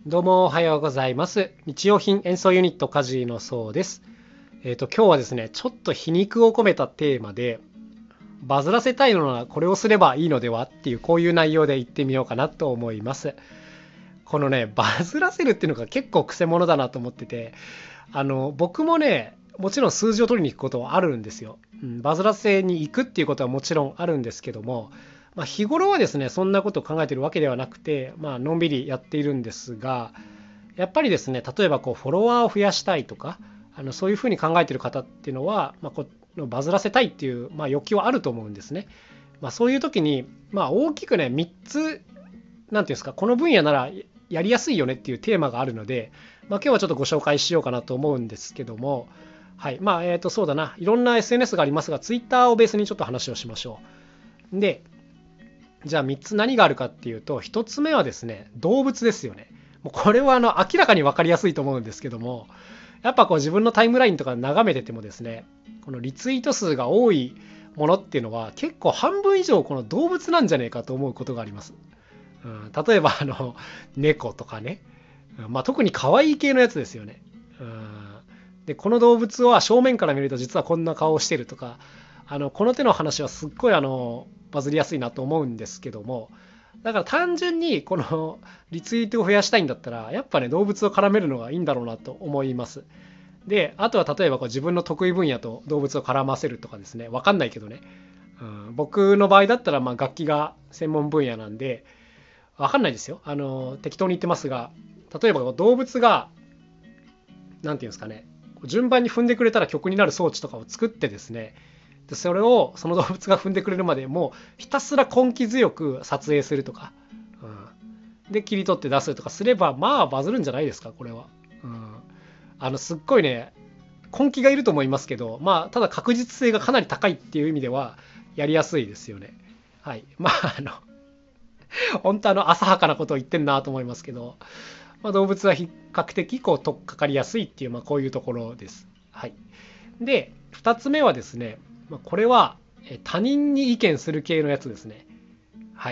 どうもおはようございます。日用品演奏ユニットカジのそうです。今日はですね、ちょっと皮肉を込めたテーマで、バズらせたいのならこれをすればいいのではっていうこういう内容で言ってみようかなと思います。このね、バズらせるっていうのが結構くせ者だなと思ってて、僕もね、もちろん数字を取りに行くことはあるんですよ。バズらせに行くっていうことはもちろんあるんですけども、日頃はですね、そんなことを考えているわけではなくて、のんびりやっているんですが、やっぱりですね、例えばフォロワーを増やしたいとか、そういうふうに考えている方っていうのは、バズらせたいっていう、欲求はあると思うんですね。そういう時に、大きくね、3つ、なんていうんですか、この分野ならやりやすいよねっていうテーマがあるので、今日はちょっとご紹介しようかなと思うんですけども、はい、そうだな、いろんな SNS がありますが、Twitter をベースにちょっと話をしましょう。で、じゃあ3つ何があるかっていうと、1つ目はですね、動物ですよね。もうこれは明らかに分かりやすいと思うんですけども、やっぱ自分のタイムラインとか眺めててもですね、このリツイート数が多いものっていうのは結構半分以上この動物なんじゃねえかと思うことがあります。例えば猫とかね、特に可愛い系のやつですよね。でこの動物は正面から見ると実はこんな顔をしてるとか、この手の話はすっごいバズりやすいなと思うんですけども、だから単純にこのリツイートを増やしたいんだったらやっぱね、動物を絡めるのがいいんだろうなと思います。であとは例えば自分の得意分野と動物を絡ませるとかですね、わかんないけどね、僕の場合だったら楽器が専門分野なんでわかんないですよ、適当に言ってますが、例えば動物がなんていうんですかね、順番に踏んでくれたら曲になる装置とかを作ってですね、でそれをその動物が踏んでくれるまでもうひたすら根気強く撮影するとか、で切り取って出すとかすればバズるんじゃないですかこれは。すっごいね、根気がいると思いますけど、ただ確実性がかなり高いっていう意味ではやりやすいですよね。はい。本当浅はかなことを言ってんなと思いますけど、動物は比較的取っかかりやすいっていう、こういうところです。はい。で、2つ目はですね、これは他人に意見する系のやつですね。はい。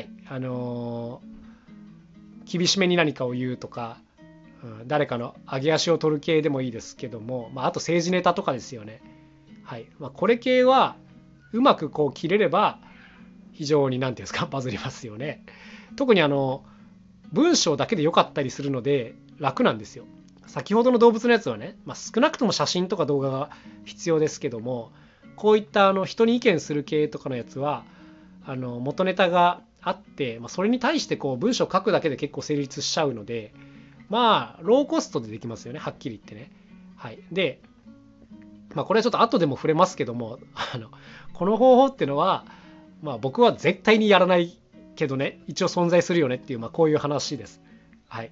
厳しめに何かを言うとか、誰かの上げ足を取る系でもいいですけども、あと政治ネタとかですよね。はい。これ系はうまく切れれば非常に何ていうんですか、バズりますよね。特に文章だけで良かったりするので楽なんですよ。先ほどの動物のやつはね、少なくとも写真とか動画が必要ですけども、こういった人に意見する系とかのやつは元ネタがあって、それに対して文章を書くだけで結構成立しちゃうので、ローコストでできますよね、はっきり言ってね。はい。で、これはちょっと後でも触れますけども、この方法っていうのは、僕は絶対にやらないけどね、一応存在するよねっていう、こういう話です。はい。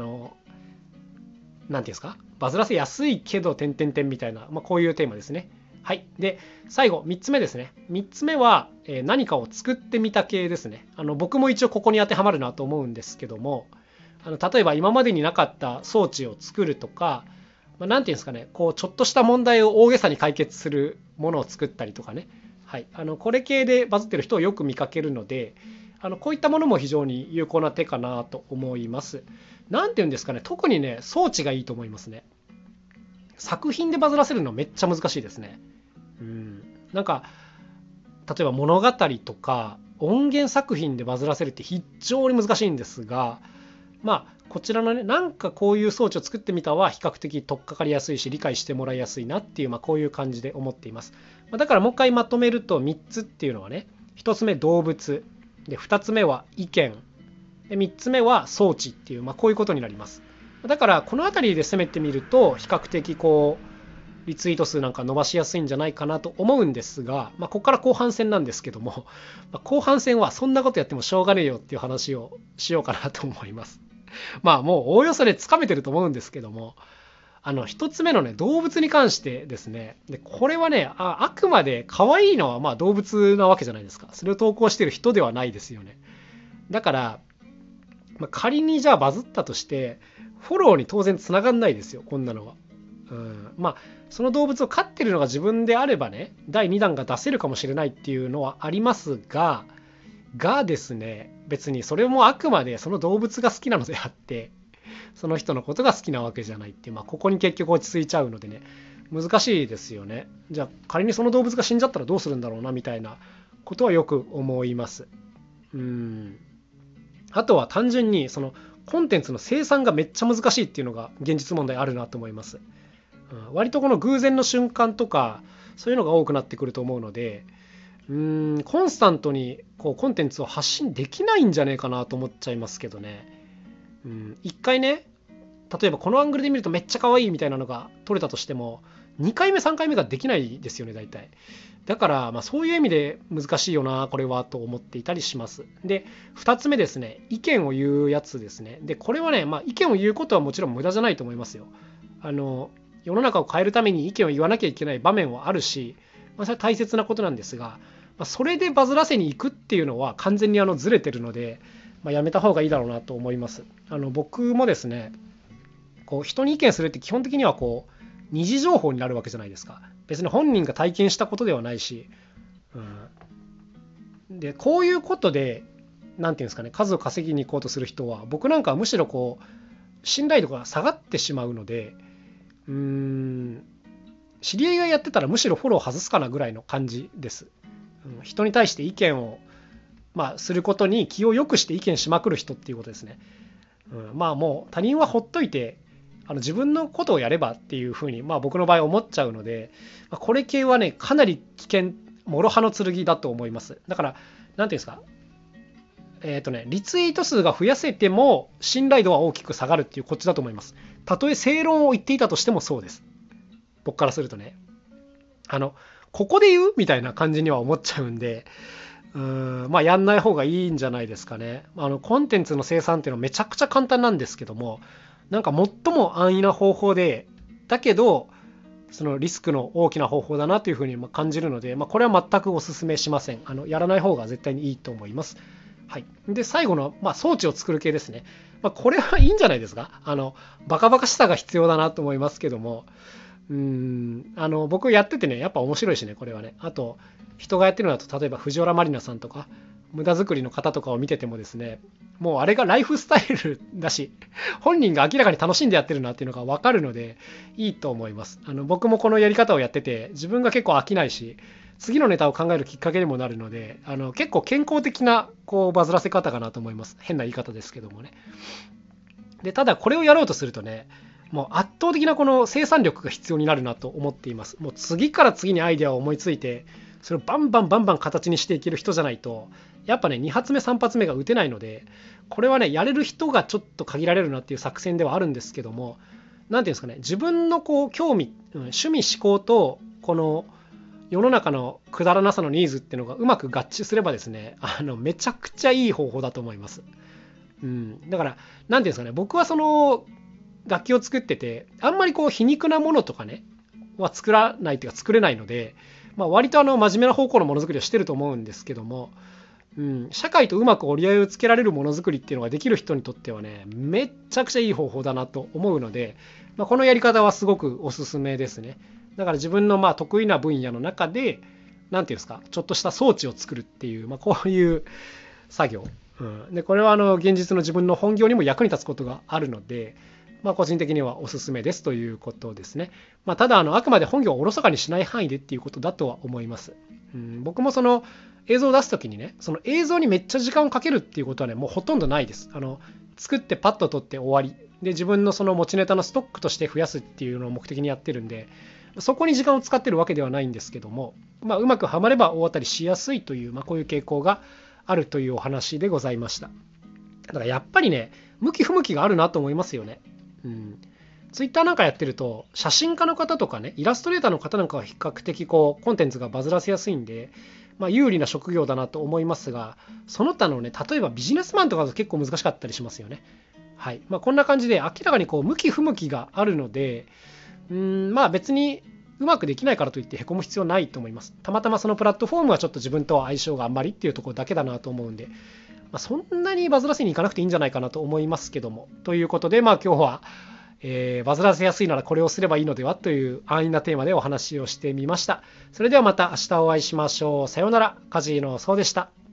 なんていうんですか、バズらせやすいけど、点々点みたいな、こういうテーマですね。はい。で、最後、3つ目ですね。3つ目は、何かを作ってみた系ですね。僕も一応ここに当てはまるなと思うんですけども、例えば今までになかった装置を作るとか、なんていうんですかね、ちょっとした問題を大げさに解決するものを作ったりとかね。はい。これ系でバズってる人をよく見かけるので、こういったものも非常に有効な手かなと思います。なんていうんですかね、特にね、装置がいいと思いますね。作品でバズらせるのめっちゃ難しいですね。うん。なんか、例えば物語とか音源作品でバズらせるって非常に難しいんですが、こちらのね、なんかこういう装置を作ってみたは比較的取っかかりやすいし理解してもらいやすいなっていう、こういう感じで思っています。だからもう一回まとめると3つっていうのはね、1つ目動物で、2つ目は意見で、3つ目は装置っていう、こういうことになります。だからこの辺りで攻めてみると比較的リツイート数なんか伸ばしやすいんじゃないかなと思うんですが、ここから後半戦なんですけども、後半戦はそんなことやってもしょうがねえよっていう話をしようかなと思います。もうおおよそでつかめてると思うんですけども、一つ目のね、動物に関してですね、でこれはね、あくまで可愛いのは動物なわけじゃないですか。それを投稿してる人ではないですよね。だから、仮にじゃあバズったとして、フォローに当然つながんないですよ、こんなのは。その動物を飼ってるのが自分であればね、第2弾が出せるかもしれないっていうのはありますがですね、別にそれもあくまでその動物が好きなのであって、 その人のことが好きなわけじゃないっていう、ここに結局落ち着いちゃうのでね、難しいですよね。じゃあ仮にその動物が死んじゃったらどうするんだろうなみたいなことはよく思います。あとは単純にそのコンテンツの生産がめっちゃ難しいっていうのが現実問題あるなと思います。割とこの偶然の瞬間とかそういうのが多くなってくると思うので、コンスタントにこうコンテンツを発信できないんじゃねえかなと思っちゃいますけどね。一回ね、例えばこのアングルで見るとめっちゃ可愛いみたいなのが撮れたとしても2回目3回目ができないですよね、大体。だからそういう意味で難しいよなこれはと思っていたりします。で2つ目ですね、意見を言うやつですね。でこれはね、意見を言うことはもちろん無駄じゃないと思いますよ。世の中を変えるために意見を言わなきゃいけない場面はあるし、それは大切なことなんですが、それでバズらせに行くっていうのは完全にずれてるので、やめた方がいいだろうなと思います。僕もですね、こう人に意見するって基本的にはこう二次情報になるわけじゃないですか。別に本人が体験したことではないし、でこういうことでなんていうんですかね、数を稼ぎに行こうとする人は僕なんかはむしろこう信頼度が下がってしまうので、知り合いがやってたらむしろフォロー外すかなぐらいの感じです。人に対して意見をすることに気を良くして意見しまくる人っていうことですね。もう他人はほっといて自分のことをやればっていうふうに僕の場合思っちゃうので、これ系はねかなり危険、諸刃の剣だと思います。だからなんていうんですか、リツイート数が増やせても信頼度は大きく下がるっていうこっちだと思います。たとえ正論を言っていたとしてもそうです。僕からするとね、ここで言うみたいな感じには思っちゃうんで、やんない方がいいんじゃないですかね。コンテンツの生産っていうのはめちゃくちゃ簡単なんですけども、なんか最も安易な方法で、だけどそのリスクの大きな方法だなというふうに感じるので、これは全くお勧めしません。やらない方が絶対にいいと思います。はい、で最後の、装置を作る系ですね。これはいいんじゃないですか。バカバカしさが必要だなと思いますけども、僕やっててね、やっぱ面白いしね、これはね。あと人がやってるのだと、例えば藤原まりなさんとか無駄作りの方とかを見ててもですね、もうあれがライフスタイルだし、本人が明らかに楽しんでやってるなっていうのが分かるのでいいと思います。僕もこのやり方をやってて自分が結構飽きないし、次のネタを考えるきっかけにもなるので、結構健康的なこうバズらせ方かなと思います。変な言い方ですけどもね。でただこれをやろうとするとね、もう圧倒的なこの生産力が必要になるなと思っています。もう次から次にアイデアを思いついて、それをバンバンバンバン形にしていける人じゃないと、やっぱね2発目3発目が打てないので、これはねやれる人がちょっと限られるなっていう作戦ではあるんですけども、なんていうんですかね、自分のこう興味、趣味思考とこの世の中のくだらなさのニーズっていうのがうまく合致すればですね、めちゃくちゃいい方法だと思います。だからなんていうんですかね、僕はその楽器を作っててあんまりこう皮肉なものとかねは作らないというか作れないので、割と真面目な方向のものづくりをしてると思うんですけども、社会とうまく折り合いをつけられるものづくりっていうのができる人にとってはねめっちゃくちゃいい方法だなと思うので、このやり方はすごくおすすめですね。だから自分の得意な分野の中でなんていうんですか、ちょっとした装置を作るっていう、こういう作業、でこれは現実の自分の本業にも役に立つことがあるので、個人的にはおすすめですということですね。ただあくまで本業をおろそかにしない範囲でっていうことだとは思います。僕もその映像を出すときにね、その映像にめっちゃ時間をかけるっていうことはねもうほとんどないです。作ってパッと撮って終わりで、自分のその持ちネタのストックとして増やすっていうのを目的にやってるんで、そこに時間を使ってるわけではないんですけども、うまくはまれば大当たりしやすいという、こういう傾向があるというお話でございました。だからやっぱりね向き不向きがあるなと思いますよね。ツイッターなんかやってると写真家の方とかねイラストレーターの方なんかは比較的こうコンテンツがバズらせやすいんで、有利な職業だなと思いますが、その他のね例えばビジネスマンとかだと結構難しかったりしますよね。はい、こんな感じで明らかにこう向き不向きがあるので、別にうまくできないからといってへこむ必要ないと思います。たまたまそのプラットフォームはちょっと自分とは相性があんまりっていうところだけだなと思うんで、そんなにバズらせにいかなくていいんじゃないかなと思いますけども、ということで今日は、バズらせやすいならこれをすればいいのではという安易なテーマでお話をしてみました。それではまた明日お会いしましょう。さようなら。カジノそうでした。